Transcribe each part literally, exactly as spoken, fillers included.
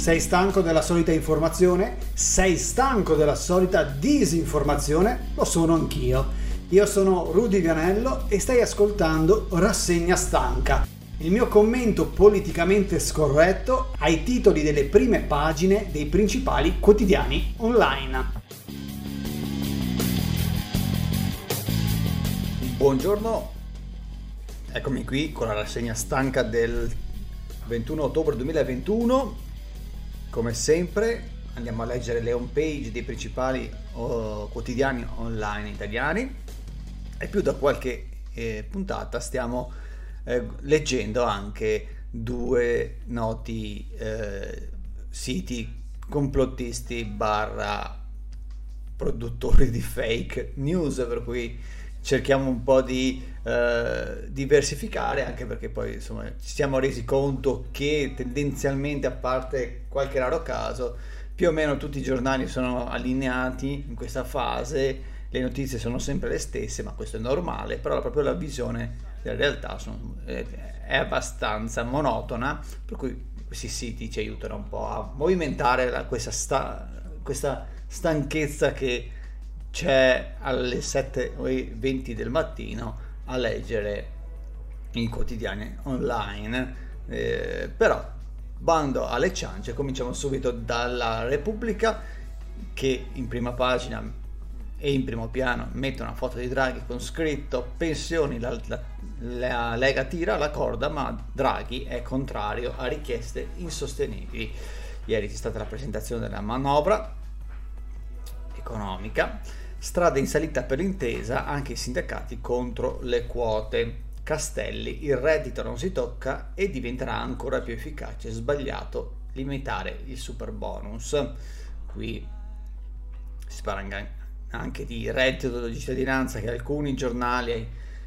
Sei stanco della solita informazione? Sei stanco della solita disinformazione? Lo sono anch'io. Io sono Rudy Vianello e stai ascoltando Rassegna Stanca, il mio commento politicamente scorretto ai titoli delle prime pagine dei principali quotidiani online. Buongiorno, eccomi qui con la rassegna stanca del ventuno ottobre duemilaventuno. Come sempre andiamo a leggere le home page dei principali oh, quotidiani online italiani e più da qualche eh, puntata stiamo eh, leggendo anche due noti eh, siti complottisti barra produttori di fake news, per cui cerchiamo un po' di eh, diversificare, anche perché poi insomma ci siamo resi conto che tendenzialmente, a parte qualche raro caso, più o meno tutti i giornali sono allineati in questa fase, le notizie sono sempre le stesse, ma questo è normale, però proprio la visione della realtà sono, eh, è abbastanza monotona, per cui questi siti ci aiutano un po' a movimentare la, questa, sta, questa stanchezza che c'è alle sette e venti del mattino a leggere i quotidiani online. Eh, però bando alle ciance, cominciamo subito dalla Repubblica, che in prima pagina e in primo piano mette una foto di Draghi con scritto: pensioni, la, la, la Lega tira la corda ma Draghi è contrario a richieste insostenibili. Ieri c'è stata la presentazione della manovra economica, strada in salita per l'intesa, anche i sindacati contro le quote. Castelli: il reddito non si tocca e diventerà ancora più efficace, sbagliato limitare il super bonus. Qui si parla anche di reddito di cittadinanza, che alcuni giornali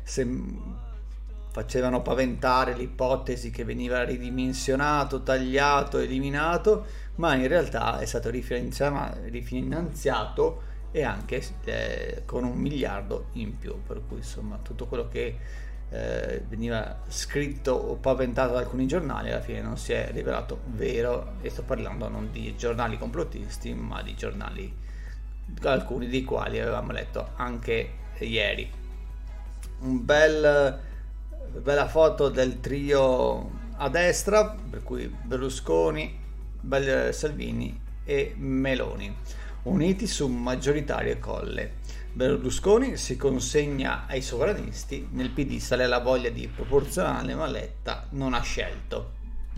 facevano paventare l'ipotesi che veniva ridimensionato, tagliato, eliminato, ma in realtà è stato rifinanziato e anche eh, con un miliardo in più, per cui insomma tutto quello che eh, veniva scritto o paventato da alcuni giornali alla fine non si è rivelato vero, e sto parlando non di giornali complottisti ma di giornali, alcuni dei quali avevamo letto anche ieri. Un bel bella foto del trio a destra, per cui Berlusconi, Salvini e Meloni, uniti su maggioritario Colle. Berlusconi si consegna ai sovranisti, nel P D sale la voglia di proporzionale, ma Letta non ha scelto.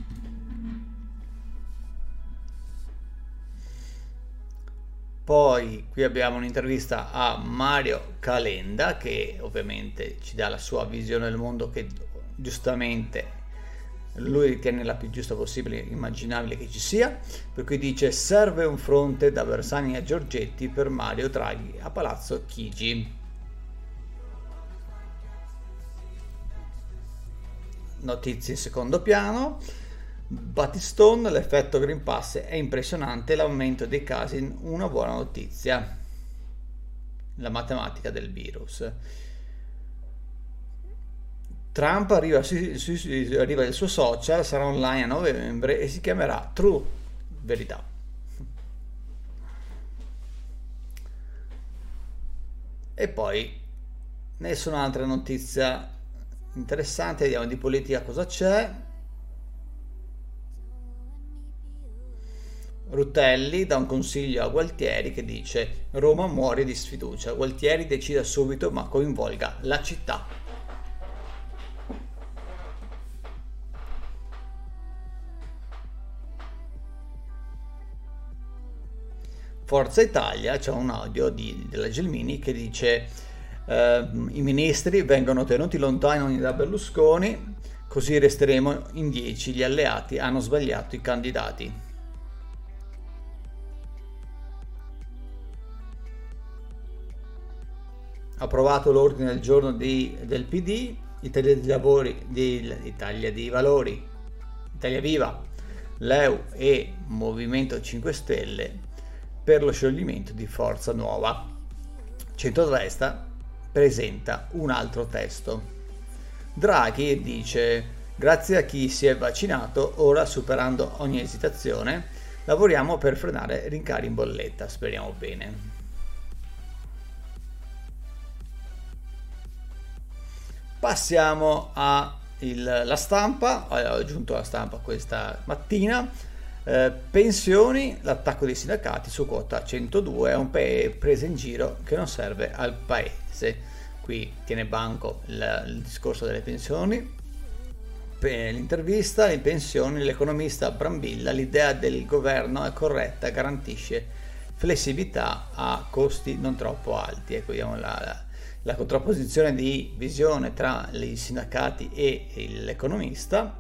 Poi qui abbiamo un'intervista a Mario Calenda, che ovviamente ci dà la sua visione del mondo, che giustamente lui ritiene la più giusta possibile, immaginabile che ci sia, per cui dice: serve un fronte da Bersani a Giorgetti per Mario Draghi a Palazzo Chigi. Notizie in secondo piano. Battistone: l'effetto Green Pass è impressionante, l'aumento dei casi una buona notizia, la matematica del virus. Trump arriva, su, su, su, arriva il suo social, sarà online a novembre e si chiamerà True Verità. E poi nessun'altra notizia interessante. Vediamo di politica cosa c'è. Rutelli dà un consiglio a Gualtieri, che dice: Roma muore di sfiducia, Gualtieri decida subito ma coinvolga la città. Forza Italia, c'è un audio di, della Gelmini che dice: eh, i ministri vengono tenuti lontani da Berlusconi, così resteremo in dieci, gli alleati hanno sbagliato i candidati. Approvato l'ordine del giorno di, del P D, Italia dei Lavori, di, Italia dei Valori, Italia Viva, l'E U e Movimento cinque Stelle per lo scioglimento di Forza Nuova. Centrodestra presenta un altro testo. Draghi dice: grazie a chi si è vaccinato, ora superando ogni esitazione, lavoriamo per frenare rincari in bolletta, speriamo bene. Passiamo alla stampa, ho aggiunto la stampa questa mattina. Eh, pensioni, l'attacco dei sindacati su quota centodue è un pe- presa in giro che non serve al paese. Qui tiene banco il, il discorso delle pensioni. Per l'intervista, le pensioni, l'economista Brambilla, l'idea del governo è corretta, garantisce flessibilità a costi non troppo alti. Ecco, vediamo la, la la contrapposizione di visione tra i sindacati e l'economista.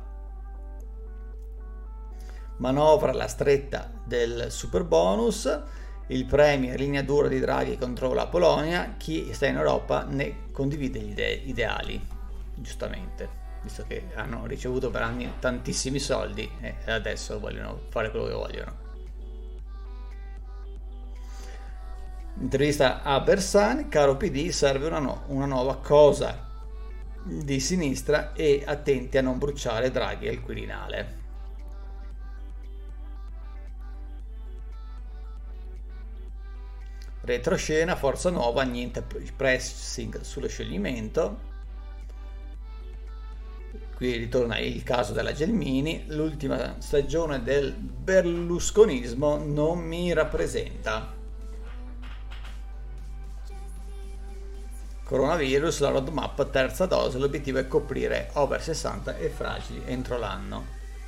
Manovra alla stretta del super bonus, il premier linea dura di Draghi contro la Polonia, chi sta in Europa ne condivide gli ide- ideali, giustamente, visto che hanno ricevuto per anni tantissimi soldi e adesso vogliono fare quello che vogliono. Intervista a Bersani, caro P D, serve una, no- una nuova cosa di sinistra e attenti a non bruciare Draghi al Quirinale. Retroscena, Forza Nuova, niente pressing sullo scioglimento. Qui ritorna il caso della Gelmini, l'ultima stagione del berlusconismo non mi rappresenta. Coronavirus, la roadmap terza dose, l'obiettivo è coprire over sessanta e fragili entro l'anno.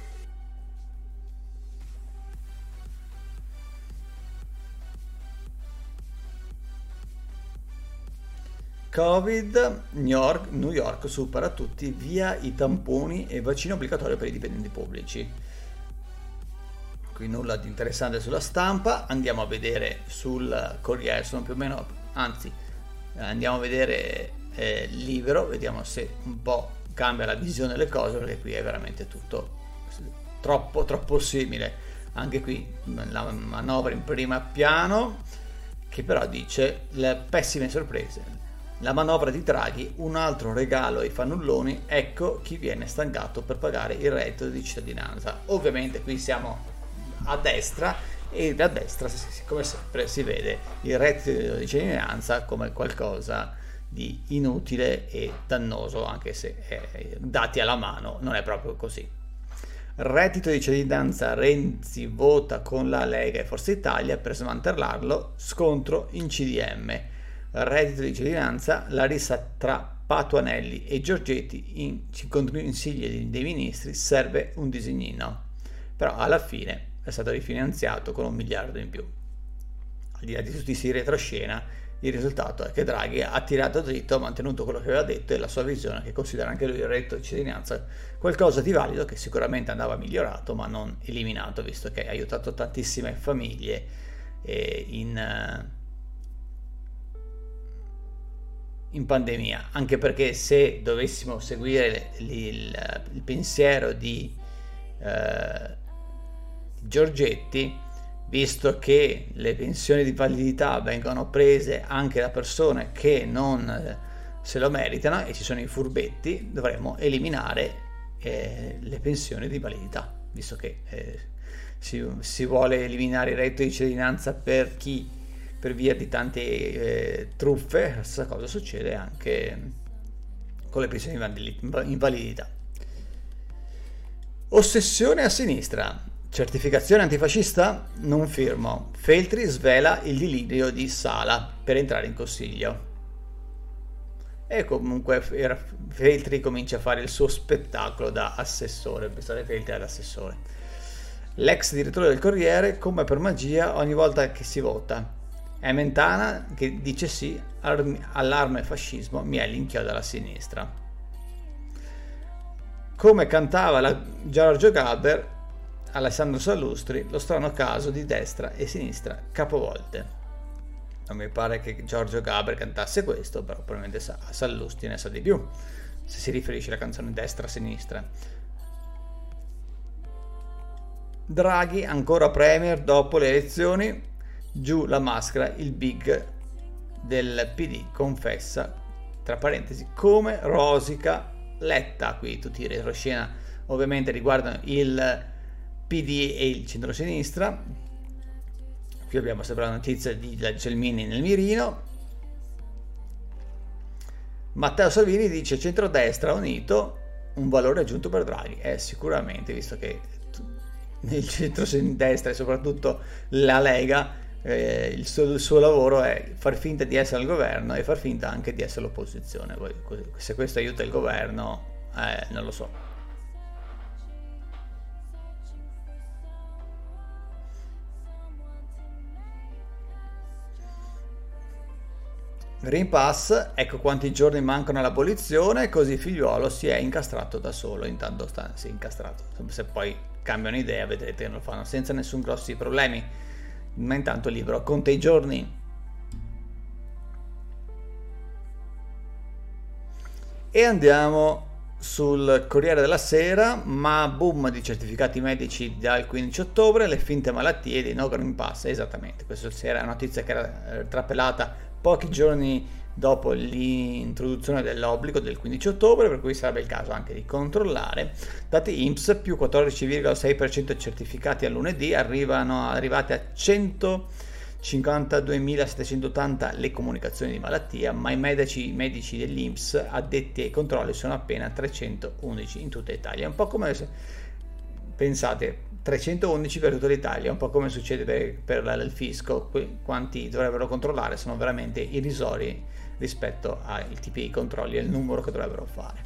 Covid, New York, New York supera tutti, via i tamponi e vaccino obbligatorio per i dipendenti pubblici. Qui nulla di interessante sulla stampa, andiamo a vedere sul Corriere, sono più o meno, anzi andiamo a vedere eh, Libero, vediamo se un po' cambia la visione delle cose, perché qui è veramente tutto troppo troppo simile. Anche qui la manovra in primo piano, che però dice le pessime sorprese, la manovra di Draghi, un altro regalo ai fannulloni, ecco chi viene stancato per pagare il reddito di cittadinanza. Ovviamente qui siamo a destra, e da destra, come sempre, si vede il reddito di cittadinanza come qualcosa di inutile e dannoso, anche se eh, dati alla mano non è proprio così. Reddito di cittadinanza, Renzi vota con la Lega e Forza Italia per smantellarlo, scontro in C D M. Reddito di cittadinanza, la rissa tra Patuanelli e Giorgetti in consigli dei ministri, serve un disegnino, però alla fine è stato rifinanziato con un miliardo in più. Al di là di tutti questi retroscena, il risultato è che Draghi ha tirato dritto, ha mantenuto quello che aveva detto e la sua visione, che considera anche lui il reddito di cittadinanza qualcosa di valido, che sicuramente andava migliorato ma non eliminato, visto che ha aiutato tantissime famiglie eh, in, in pandemia. Anche perché se dovessimo seguire il, il, il pensiero di eh, Giorgetti, visto che le pensioni di validità vengono prese anche da persone che non se lo meritano e ci sono i furbetti, dovremmo eliminare eh, le pensioni di validità, visto che eh, si, si vuole eliminare il reddito di cittadinanza per chi, per via di tante eh, truffe. La stessa cosa succede anche con le pensioni di invalidità. Ossessione a sinistra. Certificazione antifascista? Non firmo. Feltri svela il delirio di Sala per entrare in consiglio. E comunque Feltri comincia a fare il suo spettacolo da assessore. Pensate, Feltri ad assessore. L'ex direttore del Corriere, come per magia, ogni volta che si vota. È Mentana che dice sì all'arma e fascismo, miele inchioda alla sinistra. Come cantava la Giorgio Gaber, Alessandro Sallustri, lo strano caso di destra e sinistra capovolte. Non mi pare che Giorgio Gaber cantasse questo, però probabilmente Sallustri ne sa di più, se si riferisce alla canzone destra-sinistra. Draghi ancora premier dopo le elezioni, giù la maschera, il big del P D confessa, tra parentesi, come rosica Letta. Qui tutti i retroscena ovviamente riguardano il P D e il centro-sinistra. Qui abbiamo sempre la notizia di Gelmini nel mirino. Matteo Salvini dice centrodestra unito, un valore aggiunto per Draghi. Eh, sicuramente, visto che nel centro-destra e soprattutto la Lega, eh, il, suo, il suo lavoro è far finta di essere al governo e far finta anche di essere l'opposizione. Poi, se questo aiuta il governo, eh, non lo so. Green Pass, ecco quanti giorni mancano all'abolizione, così Figliuolo si è incastrato da solo. Intanto sta, si è incastrato, se poi cambiano idea vedrete che lo fanno senza nessun grossi problemi, ma intanto il libro conta i giorni. E andiamo sul Corriere della Sera, ma boom di certificati medici dal quindici ottobre, le finte malattie dei no Green Pass. Esattamente, questa era una notizia che era trapelata pochi giorni dopo l'introduzione dell'obbligo del quindici ottobre, per cui sarebbe il caso anche di controllare. Dati I N P S, più quattordici virgola sei per cento certificati a lunedì, arrivano arrivate a centocinquantaduemilasettecentottanta le comunicazioni di malattia, ma i medici, medici dell'I N P S addetti ai controlli sono appena trecentoundici in tutta Italia. È un po' come se, pensate, trecentoundici per tutta l'Italia, un po' come succede per, per il fisco, quanti dovrebbero controllare sono veramente irrisori rispetto ai tipi di controlli e il numero che dovrebbero fare.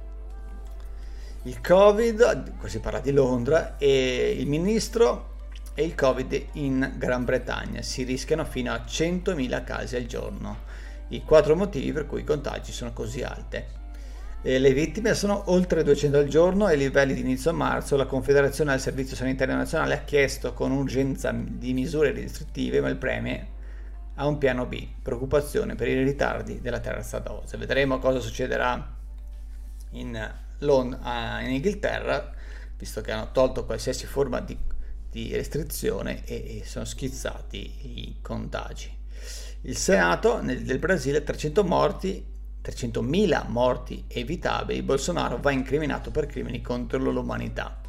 Il Covid, qui si parla di Londra, e il ministro e il Covid in Gran Bretagna si rischiano fino a centomila casi al giorno, i quattro motivi per cui i contagi sono così alte. Le vittime sono oltre duecento al giorno e ai livelli di inizio marzo. La Confederazione del Servizio Sanitario Nazionale ha chiesto con urgenza di misure restrittive, ma il Premier ha un piano B, preoccupazione per i ritardi della terza dose. Vedremo cosa succederà in, Lond- in Inghilterra, visto che hanno tolto qualsiasi forma di, di restrizione e, e sono schizzati i contagi. Il Senato nel, del Brasile, trecento morti trecentomila morti evitabili, Bolsonaro va incriminato per crimini contro l'umanità.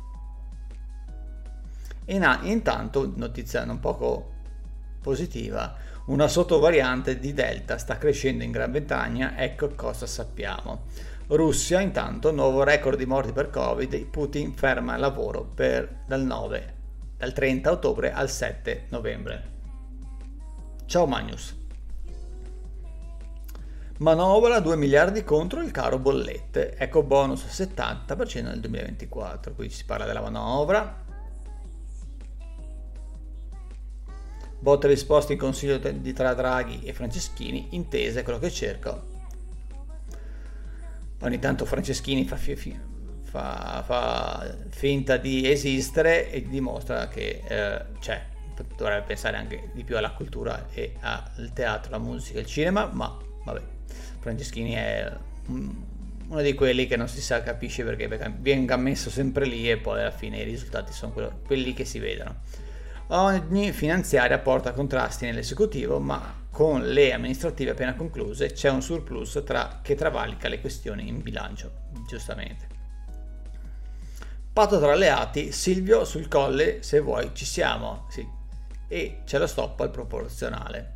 E na- intanto, notizia non poco positiva, una sottovariante di Delta sta crescendo in Gran Bretagna, ecco cosa sappiamo. Russia, intanto, nuovo record di morti per Covid, Putin ferma il lavoro per, dal nove, dal trenta ottobre al sette novembre. Ciao Magnus. Manovra due miliardi contro il caro bollette, eco bonus settanta per cento nel duemilaventiquattro, qui si parla della manovra. Botte risposte in consiglio di tra Draghi e Franceschini, intese quello che cerco. Ogni tanto Franceschini fa, fa, fa finta di esistere e dimostra che eh, c'è, dovrebbe pensare anche di più alla cultura e al teatro, alla musica, al cinema, ma vabbè. Franceschini è uno di quelli che non si sa capisce perché, perché venga messo sempre lì e poi alla fine i risultati sono quello, quelli che si vedono. Ogni finanziaria porta contrasti nell'esecutivo, ma con le amministrative appena concluse c'è un surplus tra, che travalica le questioni in bilancio, giustamente. Patto tra alleati, Silvio sul Colle, se vuoi ci siamo, sì, e c'è lo stop al proporzionale.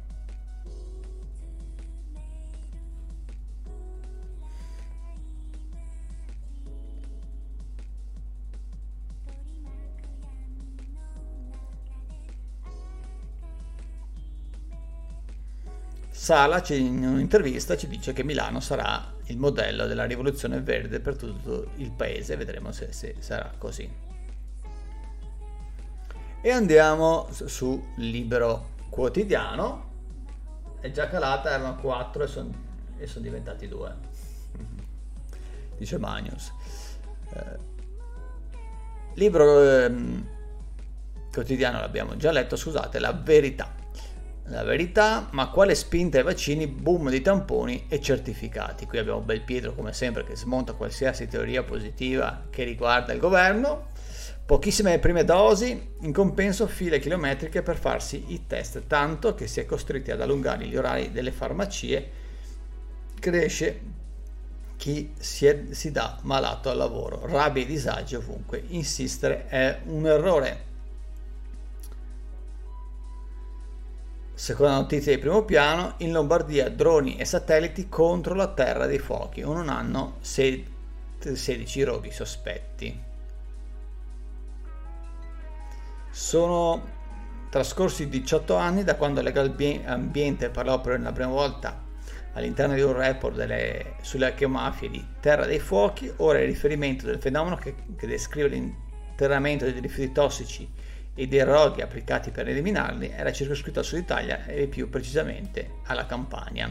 Sala in un'intervista ci dice che Milano sarà il modello della rivoluzione verde per tutto il paese, vedremo se, se sarà così. E andiamo su Libero Quotidiano, è già calata, erano quattro e sono e son diventati due, dice Magnus. Eh, Libero ehm, Quotidiano l'abbiamo già letto, scusate, La Verità. La Verità, ma quale spinta ai vaccini, boom di tamponi e certificati. Qui abbiamo Belpietro come sempre che smonta qualsiasi teoria positiva che riguarda il governo. Pochissime prime dosi, in compenso file chilometriche per farsi i test, tanto che si è costretti ad allungare gli orari delle farmacie. Cresce chi si, è, si dà malato al lavoro, rabbia e disagi ovunque, insistere è un errore. Seconda notizia di primo piano, in Lombardia droni e satelliti contro la terra dei fuochi, in un anno sedici roghi sospetti. Sono trascorsi diciotto anni da quando Legambiente parlò per la prima volta all'interno di un report delle, sulle ecomafie di Terra dei Fuochi. Ora il riferimento del fenomeno che, che descrive l'interramento dei rifiuti tossici e dei roghi applicati per eliminarli era circoscritto al Sud Italia e più precisamente alla Campania.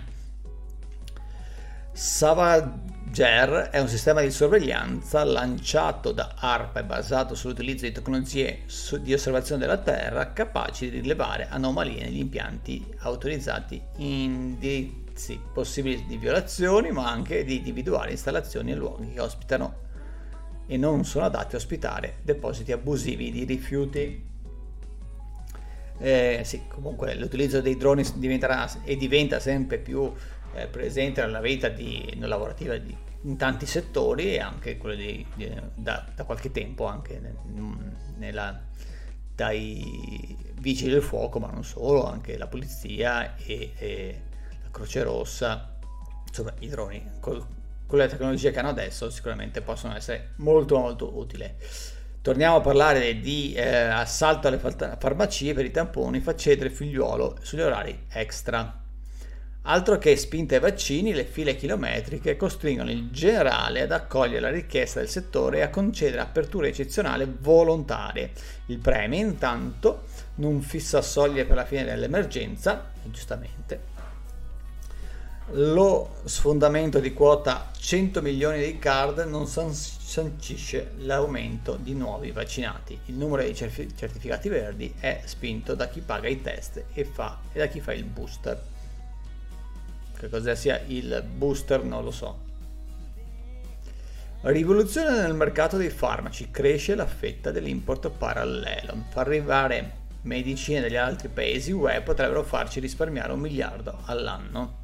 Savager è un sistema di sorveglianza lanciato da ARPA e basato sull'utilizzo di tecnologie di osservazione della Terra capaci di rilevare anomalie negli impianti autorizzati, indizi possibili di violazioni, ma anche di individuare installazioni e luoghi che ospitano e non sono adatti a ospitare depositi abusivi di rifiuti. Eh, sì, comunque l'utilizzo dei droni diventerà e diventa sempre più eh, presente nella vita di, non lavorativa di, in tanti settori, e anche quello di, di, da, da qualche tempo anche nella, dai vigili del fuoco, ma non solo, anche la polizia e, e la Croce Rossa. Insomma, i droni col, con le tecnologie che hanno adesso sicuramente possono essere molto molto utili. Torniamo a parlare di eh, assalto alle farmacie per i tamponi, fa cedere Figliuolo sugli orari extra. Altro che spinte ai vaccini, le file chilometriche costringono il generale ad accogliere la richiesta del settore e a concedere aperture eccezionali volontarie. Il premio intanto non fissa soglie per la fine dell'emergenza, giustamente. Lo sfondamento di quota cento milioni di card non sancisce l'aumento di nuovi vaccinati. Il numero di certificati verdi è spinto da chi paga i test e, fa, e da chi fa il booster. Che cosa sia il booster non lo so. Rivoluzione nel mercato dei farmaci, cresce la fetta dell'import parallelo. Far arrivare medicine dagli altri paesi U E potrebbero farci risparmiare un miliardo all'anno.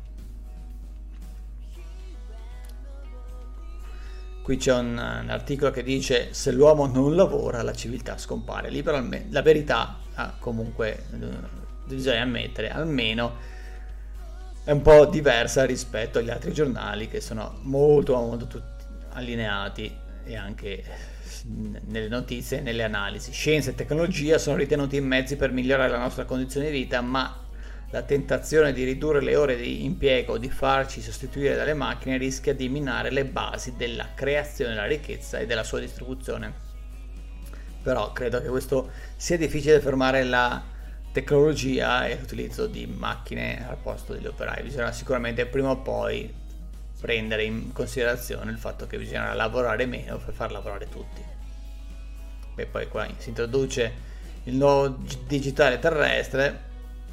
Qui c'è un, un articolo che dice: se l'uomo non lavora la civiltà scompare. Liberalmente, la verità ah, comunque bisogna ammettere, almeno è un po' diversa rispetto agli altri giornali che sono molto molto allineati, e anche nelle notizie e nelle analisi. Scienza e tecnologia sono ritenuti mezzi per migliorare la nostra condizione di vita, ma la tentazione di ridurre le ore di impiego o di farci sostituire dalle macchine rischia di minare le basi della creazione della ricchezza e della sua distribuzione. Però credo che questo sia difficile fermare la tecnologia e l'utilizzo di macchine al posto degli operai. Bisogna sicuramente prima o poi prendere in considerazione il fatto che bisogna lavorare meno per far lavorare tutti. E poi qua si introduce il nuovo digitale terrestre.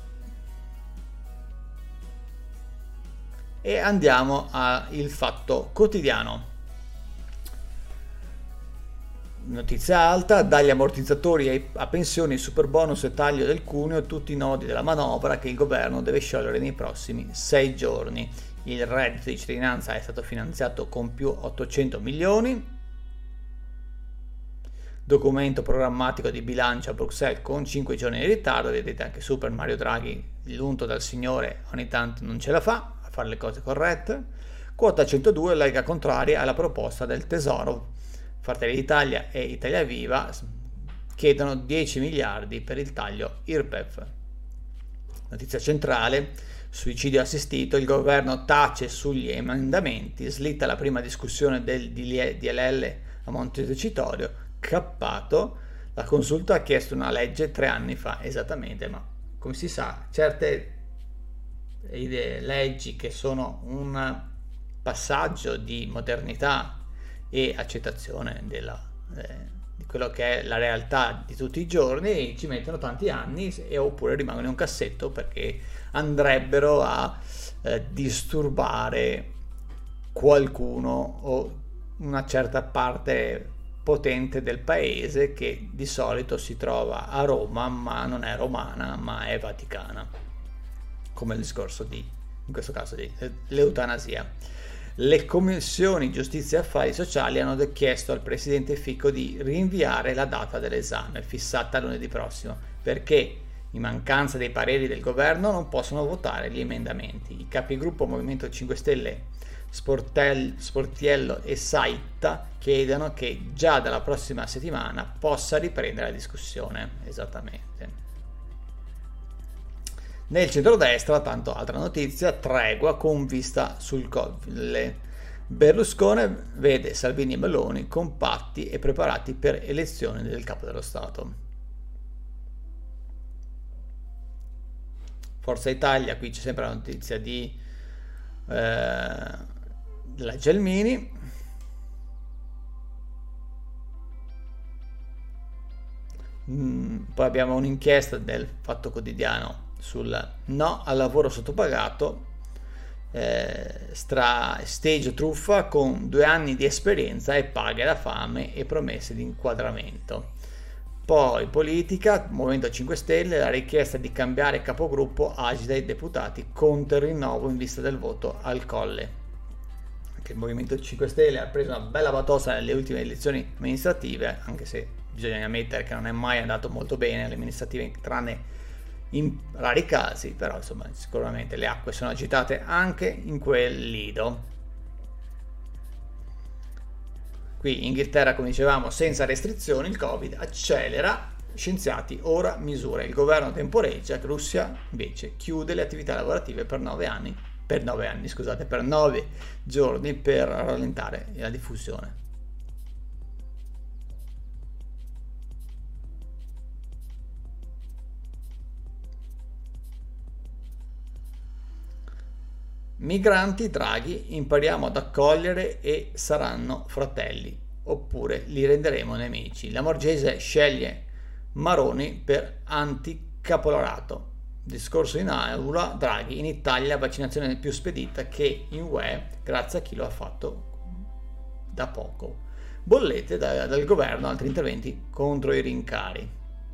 E andiamo al Fatto Quotidiano. Notizia alta: dagli ammortizzatori a pensioni, super bonus e taglio del cuneo, tutti i nodi della manovra che il governo deve sciogliere nei prossimi sei giorni. Il reddito di cittadinanza è stato finanziato con più ottocento milioni. Documento programmatico di bilancio a Bruxelles con cinque giorni di ritardo. Vedete anche Super Mario Draghi, l'unto dal signore, ogni tanto non ce la fa a fare le cose corrette. Quota centodue, Lega contraria alla proposta del Tesoro. Fratelli d'Italia e Italia Viva chiedono dieci miliardi per il taglio I R P E F. Notizia centrale: suicidio assistito, il governo tace sugli emendamenti, slitta la prima discussione del D L L a Montecitorio, cappato. La Consulta ha chiesto una legge tre anni fa esattamente, ma come si sa, certe idee, leggi che sono un passaggio di modernità e accettazione della, eh, di quello che è la realtà di tutti i giorni, ci mettono tanti anni e oppure rimangono in un cassetto perché andrebbero a eh, disturbare qualcuno o una certa parte potente del paese che di solito si trova a Roma ma non è romana ma è vaticana, come il discorso di, in questo caso, di l'eutanasia. Le commissioni giustizia e affari sociali hanno chiesto al presidente Fico di rinviare la data dell'esame, fissata lunedì prossimo, perché in mancanza dei pareri del governo non possono votare gli emendamenti. I capigruppo Movimento cinque Stelle, Sportel, Sportiello e Saitta chiedono che già dalla prossima settimana possa riprendere la discussione. Esattamente. Nel centrodestra, tanto altra notizia, tregua con vista sul Covid. Berlusconi vede Salvini e Meloni compatti e preparati per elezioni del capo dello Stato. Forza Italia, qui c'è sempre la notizia di eh, della Gelmini. Mm, poi abbiamo un'inchiesta del Fatto Quotidiano sul no al lavoro sottopagato, eh, stra stage truffa con due anni di esperienza e paghe da fame e promesse di inquadramento. Poi politica, Movimento cinque Stelle, la richiesta di cambiare capogruppo agita i deputati contro il rinnovo in vista del voto al Colle. Anche il Movimento cinque Stelle ha preso una bella batosta nelle ultime elezioni amministrative, anche se bisogna ammettere che non è mai andato molto bene alle amministrative, tranne in rari casi, però insomma sicuramente le acque sono agitate anche in quel lido. Qui Inghilterra, come dicevamo, senza restrizioni, il Covid accelera, scienziati ora misure, il governo temporeggia, Russia invece chiude le attività lavorative per nove anni, per nove anni scusate, per nove giorni per rallentare la diffusione. Migranti, Draghi, impariamo ad accogliere e saranno fratelli, oppure li renderemo nemici. La Morgese sceglie Maroni per anticapolarato. Discorso in aula, Draghi, in Italia vaccinazione più spedita che in U E grazie a chi lo ha fatto da poco. Bollette da, dal governo, altri interventi contro i rincari.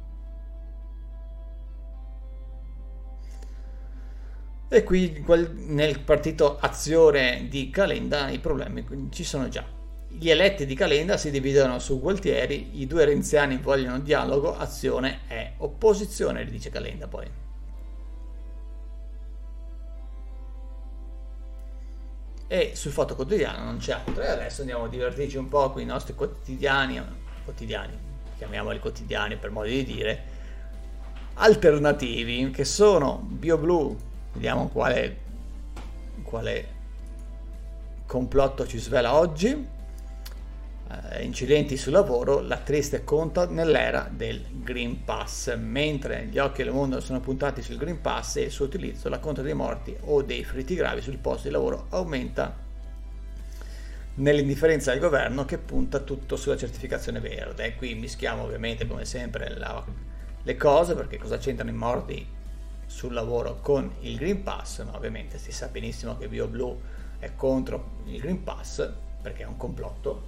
E qui nel partito Azione di Calenda i problemi ci sono già. Gli eletti di Calenda si dividono su Gualtieri, i due renziani vogliono dialogo, Azione è opposizione, dice Calenda poi. E sul Fatto Quotidiano non c'è altro. E adesso andiamo a divertirci un po' con i nostri quotidiani, quotidiani, chiamiamoli quotidiani per modo di dire, alternativi, che sono BioBlue. Vediamo quale, quale complotto ci svela oggi. Eh, incidenti sul lavoro, la triste conta nell'era del Green Pass. Mentre gli occhi del mondo sono puntati sul Green Pass e il suo utilizzo, la conta dei morti o dei feriti gravi sul posto di lavoro aumenta nell'indifferenza del governo che punta tutto sulla certificazione verde. Qui mischiamo ovviamente come sempre la, le cose, perché cosa c'entrano i morti sul lavoro con il Green Pass? Ma ovviamente si sa benissimo che BioBlue è contro il Green Pass perché è un complotto,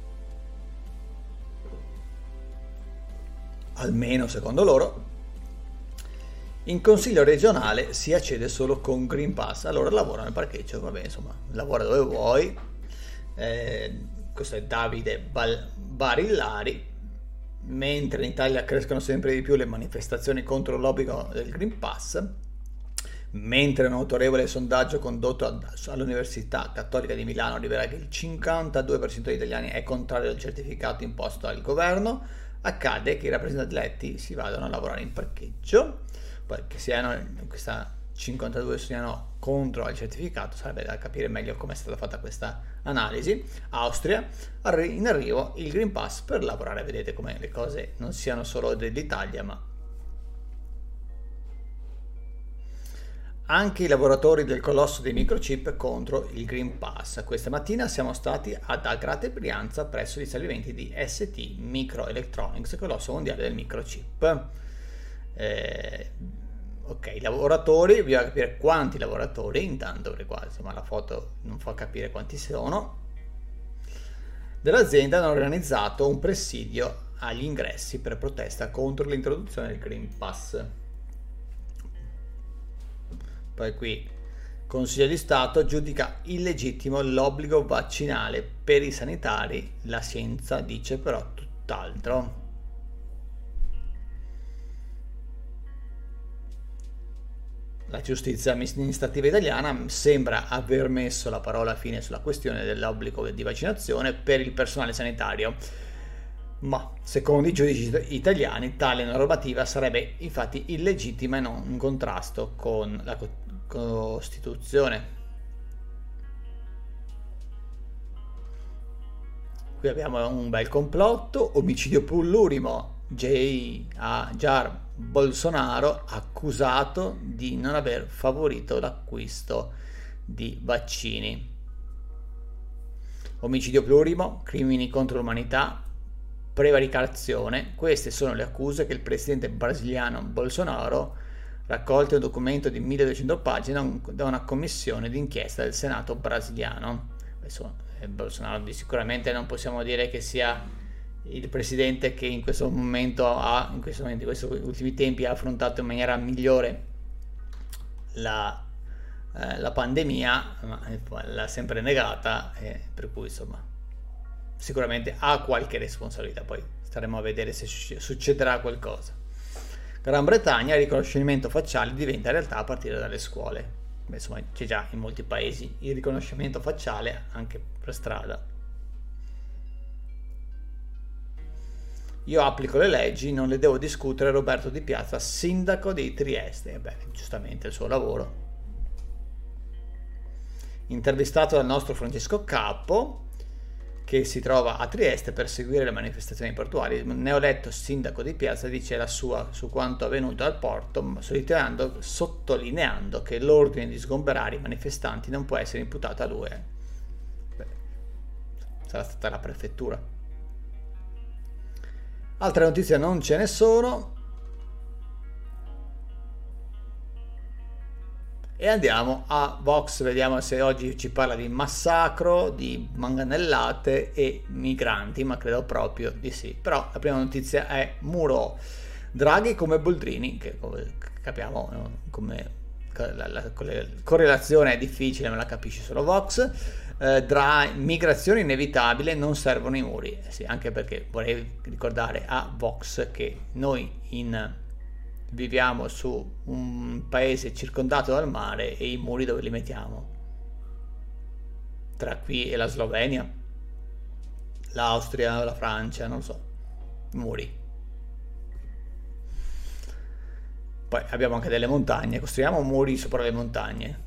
almeno secondo loro. In consiglio regionale si accede solo con Green Pass, allora lavora nel parcheggio, vabbè, insomma, lavora dove vuoi. Eh, questo è Davide Bal- Barillari. Mentre in Italia crescono sempre di più le manifestazioni contro l'obbligo del Green Pass, mentre un autorevole sondaggio condotto all'Università Cattolica di Milano rivela che il cinquantadue per cento degli italiani è contrario al certificato imposto dal governo, accade che i rappresentanti eletti si vadano a lavorare in parcheggio. Poi che siano questa cinquantadue siano contro il certificato sarebbe da capire meglio come è stata fatta questa analisi. Austria, in arrivo il Green Pass per lavorare. Vedete come le cose non siano solo dell'Italia, ma anche i lavoratori del colosso dei microchip contro il Green Pass. Questa mattina siamo stati ad Agrate Brianza presso gli stabilimenti di S T Microelectronics, colosso mondiale del microchip. Eh, ok, i lavoratori, bisogna capire quanti lavoratori, intanto perché qua insomma la foto non fa capire quanti sono, dell'azienda hanno organizzato un presidio agli ingressi per protesta contro l'introduzione del Green Pass. Poi qui Consiglio di Stato giudica illegittimo l'obbligo vaccinale per i sanitari, la scienza dice però tutt'altro. La giustizia amministrativa italiana sembra aver messo la parola fine sulla questione dell'obbligo di vaccinazione per il personale sanitario, ma secondo i giudici italiani tale normativa sarebbe infatti illegittima e non in contrasto con la Costituzione. Qui abbiamo un bel complotto: omicidio plurimo, Jair Bolsonaro accusato di non aver favorito l'acquisto di vaccini. Omicidio plurimo, crimini contro l'umanità, prevaricazione, queste sono le accuse che il presidente brasiliano Bolsonaro, raccolte in un documento di milleduecento pagine da una commissione d'inchiesta del Senato brasiliano. Adesso, eh, Bolsonaro sicuramente non possiamo dire che sia il presidente che in questo momento ha, in questo momento, in questi ultimi tempi ha affrontato in maniera migliore la, eh, la pandemia, ma l'ha sempre negata, eh, per cui insomma sicuramente ha qualche responsabilità, poi staremo a vedere se succederà qualcosa. Gran Bretagna, il riconoscimento facciale diventa realtà a partire dalle scuole. Beh, insomma c'è già in molti paesi il riconoscimento facciale anche per strada. Io applico le leggi, non le devo discutere. Roberto Di Piazza, sindaco di Trieste. E beh, giustamente il suo lavoro. Intervistato dal nostro Francesco Cappo, che si trova a Trieste per seguire le manifestazioni portuali, il neoeletto sindaco di Piazza dice la sua su quanto avvenuto al porto, sottolineando, sottolineando che l'ordine di sgomberare i manifestanti non può essere imputato a lui. Beh, sarà stata la prefettura. Altre notizie non ce ne sono. E andiamo a Vox, vediamo se oggi ci parla di massacro, di manganellate e migranti, ma credo proprio di sì. Però la prima notizia è Muro. Draghi come Boldrini, che come capiamo, no? Come la, la, la correlazione è difficile, ma la capisce solo Vox. Eh, tra migrazione inevitabile non servono i muri, eh sì, anche perché vorrei ricordare a Vox che noi in, viviamo su un paese circondato dal mare e i muri dove li mettiamo? Tra qui e la Slovenia, l'Austria, la Francia, non so, muri. Poi abbiamo anche delle montagne, costruiamo muri sopra le montagne.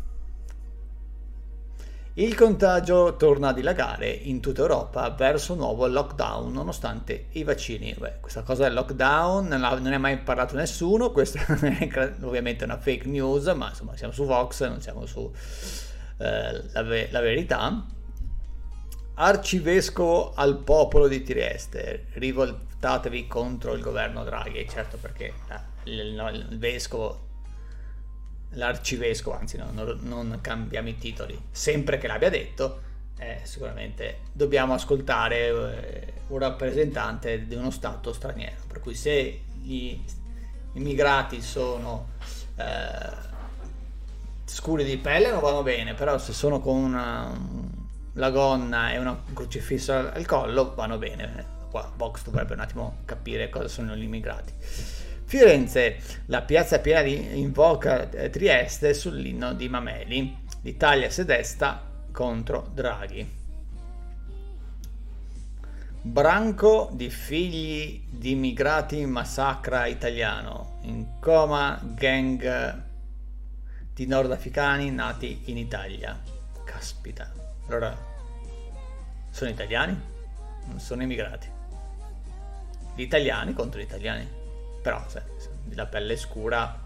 Il contagio torna a dilagare in tutta Europa verso un nuovo lockdown nonostante i vaccini. Beh, questa cosa del lockdown non, ha, non è mai parlato nessuno, questa è ovviamente una fake news, ma insomma siamo su Vox, non siamo su eh, la, la verità. Arcivescovo al popolo di Trieste, rivoltatevi contro il governo Draghi, certo, perché eh, il, il, il vescovo, l'arcivescovo, anzi no, non, non cambiamo i titoli, sempre che l'abbia detto, eh, sicuramente dobbiamo ascoltare eh, un rappresentante di uno stato straniero, per cui se gli immigrati sono eh, scuri di pelle non vanno bene, però se sono con una, la gonna e una crocifisso al collo vanno bene. Qua Vox dovrebbe un attimo capire cosa sono gli immigrati. Firenze, la piazza piena di invoca Trieste sull'inno di Mameli. L'Italia si desta contro Draghi. Branco di figli di immigrati massacra italiano. In coma gang di nordafricani nati in Italia. Caspita. Allora, sono italiani? Non sono immigrati. Gli italiani contro gli italiani. Però se, se la pelle scura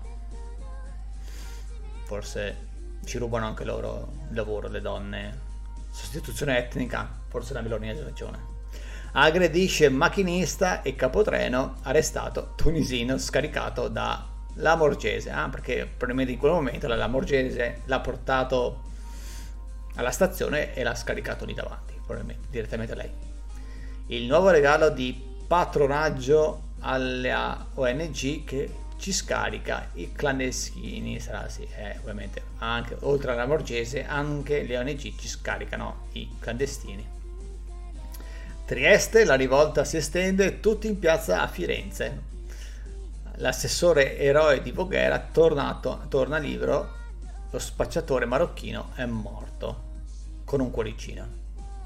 forse ci rubano anche loro il lavoro, le donne. Sostituzione etnica, forse la Meloni ha ragione. Aggredisce macchinista e capotreno, arrestato tunisino scaricato da Lamorgese. Ah, perché probabilmente in quel momento la Lamorgese l'ha portato alla stazione e l'ha scaricato lì davanti, probabilmente direttamente lei. Il nuovo regalo di patronaggio alla O N G che ci scarica i clandestini, sarà sì, eh, ovviamente anche oltre alla Lamorgese anche le O N G ci scaricano i clandestini. Trieste, la rivolta si estende tutti in piazza a Firenze. L'assessore eroe di Voghera tornato, torna libero, lo spacciatore marocchino è morto con un cuoricino.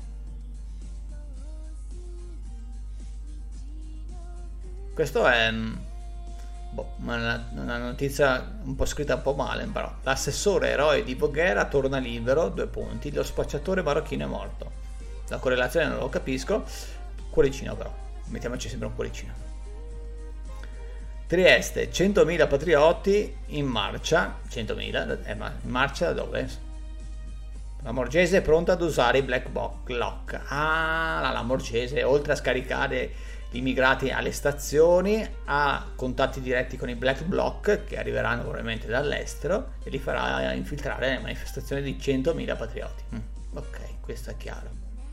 Questo è boh, una, una notizia un po' scritta un po' male, però. L'assessore eroe di Voghera torna libero, due punti, lo spacciatore marocchino è morto. La correlazione non lo capisco, cuoricino però, mettiamoci sempre un cuoricino. Trieste, centomila patrioti in marcia, centomila, eh, ma in marcia da dove? La Lamorgese è pronta ad usare i black bloc. Ah, la Lamorgese, oltre a scaricare gli immigrati alle stazioni, ha contatti diretti con i black bloc che arriveranno probabilmente dall'estero e li farà infiltrare nelle manifestazioni di centomila patrioti. Mm, ok, questo è chiaro.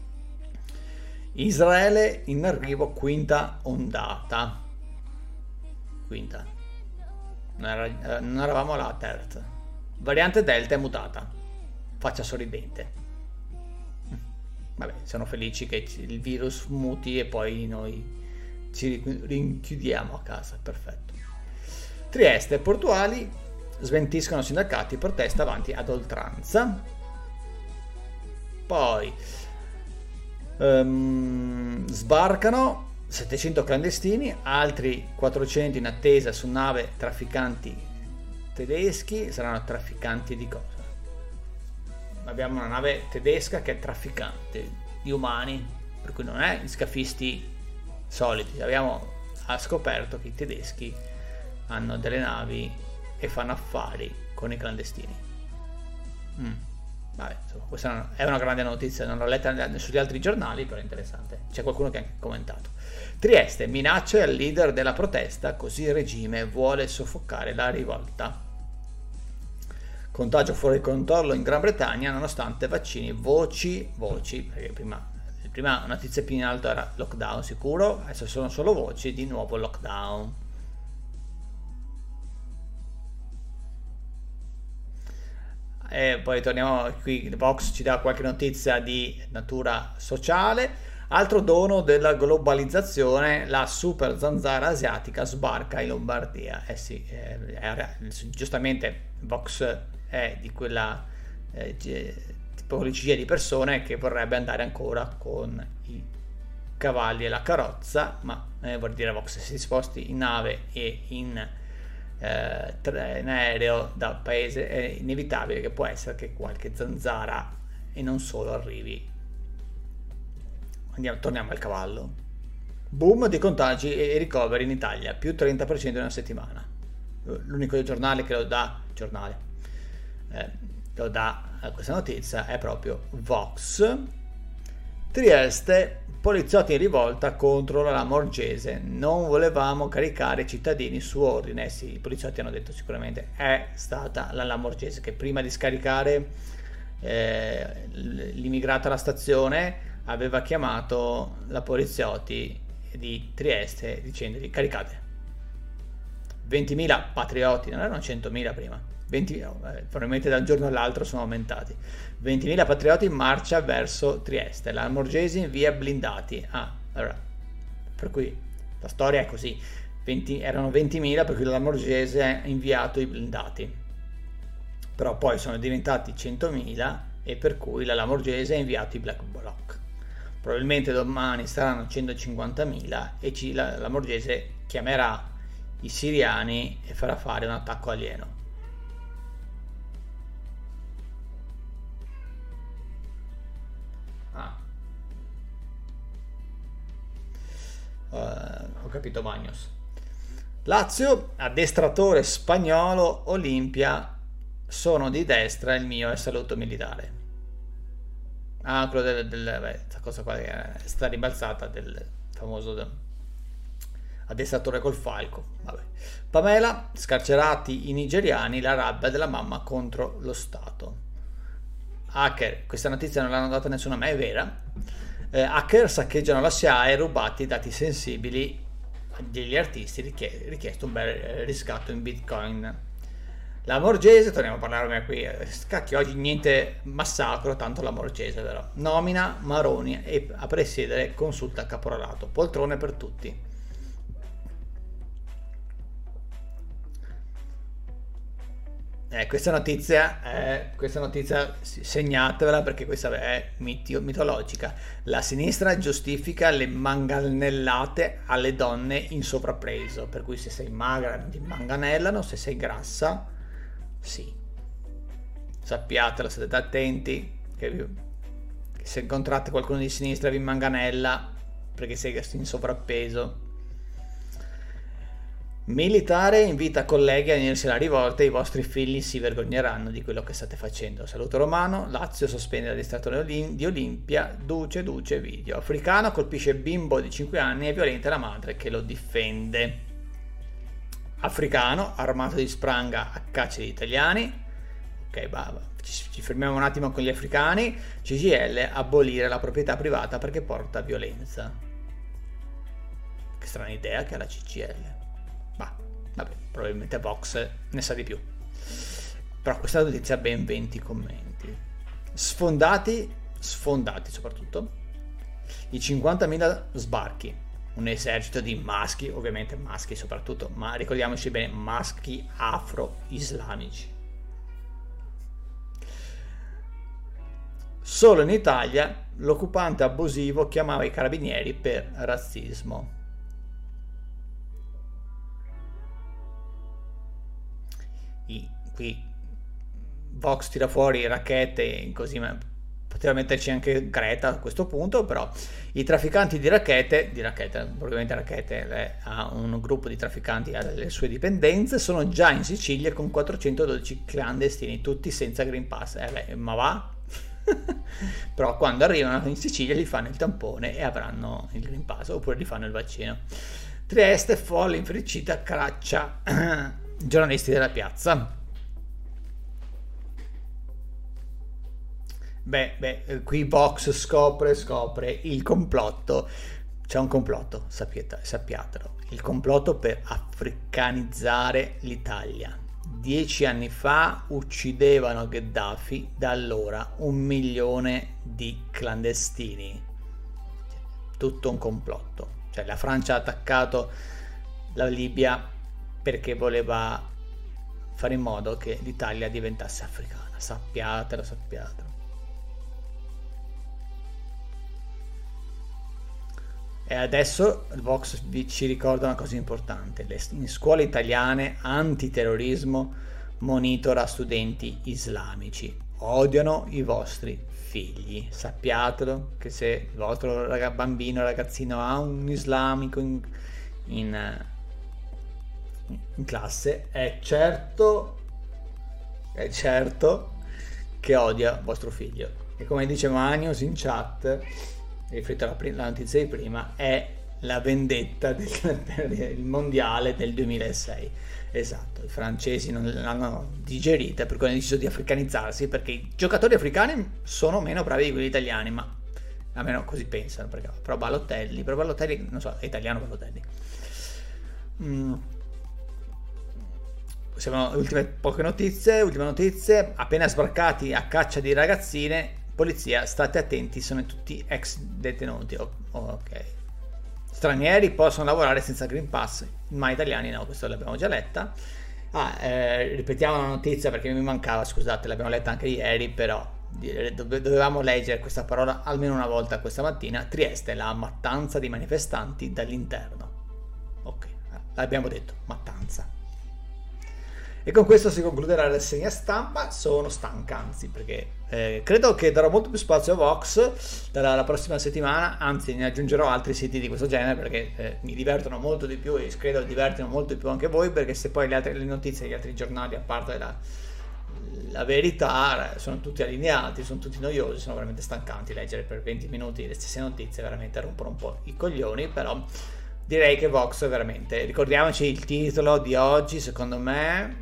Israele in arrivo, quinta ondata. Quinta. Non, era, non eravamo alla terza. Variante Delta è mutata. Faccia sorridente. Vabbè, sono felici che il virus muti e poi noi ci rinchiudiamo a casa. Perfetto. Trieste e portuali smentiscono sindacati, protesta avanti ad oltranza. Poi um, sbarcano settecento clandestini, altri quattrocento in attesa su nave trafficanti tedeschi. Saranno trafficanti di cosa? Abbiamo una nave tedesca che è trafficante di umani, per cui non è gli scafisti soliti. Abbiamo ha scoperto che i tedeschi hanno delle navi e fanno affari con i clandestini. Mm. Vabbè, insomma, questa è una grande notizia, non l'ho letta sugli altri giornali, però è interessante. C'è qualcuno che ha anche commentato. Trieste, minacce al leader della protesta, così il regime vuole soffocare la rivolta. Contagio fuori controllo in Gran Bretagna nonostante vaccini, voci, voci, perché prima, prima notizia più in alto era lockdown sicuro, adesso sono solo voci, di nuovo lockdown. E poi torniamo qui, Vox ci dà qualche notizia di natura sociale. Altro dono della globalizzazione, la super zanzara asiatica sbarca in Lombardia. Eh sì, eh, eh, giustamente Vox è di quella eh, tipologia di persone che vorrebbe andare ancora con i cavalli e la carrozza, ma eh, vuol dire Vox si sposti in nave e in, eh, in aereo da paese, è inevitabile che può essere che qualche zanzara e non solo arrivi. Andiamo, torniamo al cavallo. Boom di contagi e ricoveri in Italia, più trenta per cento in una settimana. L'unico giornale che lo dà, giornale, eh, lo dà a questa notizia è proprio Vox. Trieste, poliziotti in rivolta contro la Lamorgese. Non volevamo caricare i cittadini su ordine. Eh sì, i poliziotti hanno detto sicuramente è stata la Lamorgese che prima di scaricare eh, l'immigrato alla stazione aveva chiamato la poliziotti di Trieste dicendogli caricate. ventimila patrioti, non erano centomila prima, venti, no, eh, probabilmente da un giorno all'altro sono aumentati. ventimila patrioti in marcia verso Trieste, la Lamorgese invia blindati. Ah, allora, per cui la storia è così, venti, erano ventimila per cui la Lamorgese ha inviato i blindati, però poi sono diventati centomila e per cui la Lamorgese ha inviato i black bloc. Probabilmente domani saranno centocinquantamila e ci, la Lamorgese chiamerà i siriani e farà fare un attacco alieno. Ah. Uh, ho capito, Magnos. Lazio, addestratore spagnolo, Olimpia, sono di destra, il mio è saluto militare. Ah, quello del, del beh, questa cosa qua è stata ribalzata, del famoso addestratore col falco. Vabbè. Pamela, scarcerati i nigeriani, la rabbia della mamma contro lo Stato. Hacker, questa notizia non l'hanno data nessuna, ma è vera. Eh, hacker saccheggiano la S I A E rubati dati sensibili degli artisti richie- richiesto un bel riscatto in bitcoin. La Morgese, torniamo a parlarne qui, cacchio, oggi niente massacro, tanto la Morgese però, nomina Maroni e a presiedere consulta caporalato, poltrone per tutti. Eh, questa notizia, è, questa notizia segnatevela perché questa è mitio, mitologica. La sinistra giustifica le manganellate alle donne in sovrappeso, per cui se sei magra ti manganellano, se sei grassa sì. Sappiatelo, state attenti che, vi, che se incontrate qualcuno di sinistra vi manganella perché sei in sovrappeso. Militare invita colleghi a unirsi alla rivolta e i vostri figli si vergogneranno di quello che state facendo. Saluto romano, Lazio sospende l'addestratore di Olimpia, Duce Duce video. Africano colpisce bimbo di cinque anni e violenta la madre che lo difende. Africano armato di spranga a caccia di italiani. Ok, bah, ci, ci fermiamo un attimo con gli africani. C G I L abolire la proprietà privata perché porta violenza. Che strana idea che ha la C G I L. Bah, vabbè, probabilmente Vox ne sa di più. Però questa notizia ha ben venti commenti. Sfondati, sfondati soprattutto, i cinquantamila sbarchi. Un esercito di maschi, ovviamente maschi soprattutto, ma ricordiamoci bene, maschi afro-islamici. Solo in Italia l'occupante abusivo chiamava i carabinieri per razzismo. I, qui Vox tira fuori racchette così, ma poteva metterci anche Greta a questo punto, però i trafficanti di racchette di racchette, probabilmente racchette eh, ha un gruppo di trafficanti alle sue dipendenze, sono già in Sicilia con quattrocentododici clandestini, tutti senza Green Pass. Eh beh, ma va? Però quando arrivano in Sicilia gli fanno il tampone e avranno il Green Pass, oppure gli fanno il vaccino. Trieste, folle inferocita, caccia giornalisti della piazza. Beh, beh, qui Vox scopre, scopre il complotto. C'è un complotto, sappiate, sappiatelo. Il complotto per africanizzare l'Italia. Dieci anni fa uccidevano Gheddafi, da allora un milione di clandestini. Tutto un complotto. Cioè la Francia ha attaccato la Libia perché voleva fare in modo che l'Italia diventasse africana. Sappiatelo, sappiatelo. E adesso il Vox ci ricorda una cosa importante: le in scuole italiane antiterrorismo monitora studenti islamici, odiano i vostri figli. Sappiatelo che se il vostro rag- bambino o ragazzino ha un islamico in, in, in classe, è certo è certo che odia vostro figlio. E come dice Manius in chat, riferito alla, alla notizia di prima, è la vendetta del, del mondiale del duemilasei. Esatto, i francesi non l'hanno digerita, per cui hanno deciso di africanizzarsi, perché i giocatori africani sono meno bravi di quelli italiani, ma almeno così pensano, perché però Balotelli, però Balotelli, non so, è italiano Balotelli. Mm. Siamo ultime poche notizie, ultime notizie, appena sbarcati a caccia di ragazzine. Polizia, state attenti, sono tutti ex detenuti. Oh, ok. Stranieri possono lavorare senza Green Pass, ma italiani no, questo l'abbiamo già letta. Ah, eh, ripetiamo la notizia perché mi mancava, scusate, l'abbiamo letta anche ieri, però dovevamo leggere questa parola almeno una volta questa mattina. Trieste, la mattanza di manifestanti dall'interno. Ok, l'abbiamo detto, mattanza. E con questo si conclude la rassegna stampa. Sono stanca, anzi, perché eh, credo che darò molto più spazio a Vox dalla la prossima settimana, anzi ne aggiungerò altri siti di questo genere perché eh, mi divertono molto di più e credo divertino molto di più anche voi, perché se poi le altre le notizie degli altri giornali, a parte la, la verità, sono tutti allineati, sono tutti noiosi, sono veramente stancanti. Leggere per venti minuti le stesse notizie veramente rompono un po' i coglioni, però direi che Vox veramente, ricordiamoci il titolo di oggi, secondo me,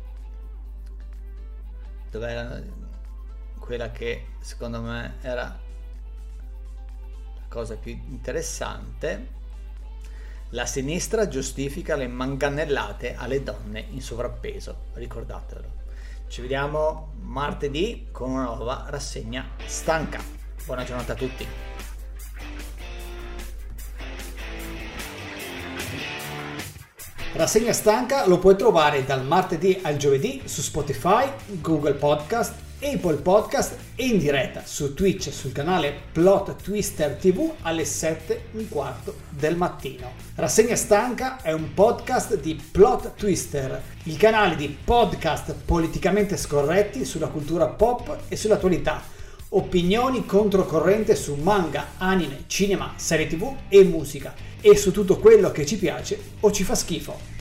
dov'era quella che secondo me era la cosa più interessante. La sinistra giustifica le manganellate alle donne in sovrappeso, ricordatelo. Ci vediamo martedì con una nuova rassegna stanca. Buona giornata a tutti. Rassegna stanca lo puoi trovare dal martedì al giovedì su Spotify, Google Podcast, Apple Podcast e in diretta su Twitch sul canale Plot Twister tivù alle sette e un quarto del mattino. Rassegna stanca è un podcast di Plot Twister, il canale di podcast politicamente scorretti sulla cultura pop e sull'attualità. Opinioni controcorrente su manga, anime, cinema, serie tivù e musica e su tutto quello che ci piace o ci fa schifo.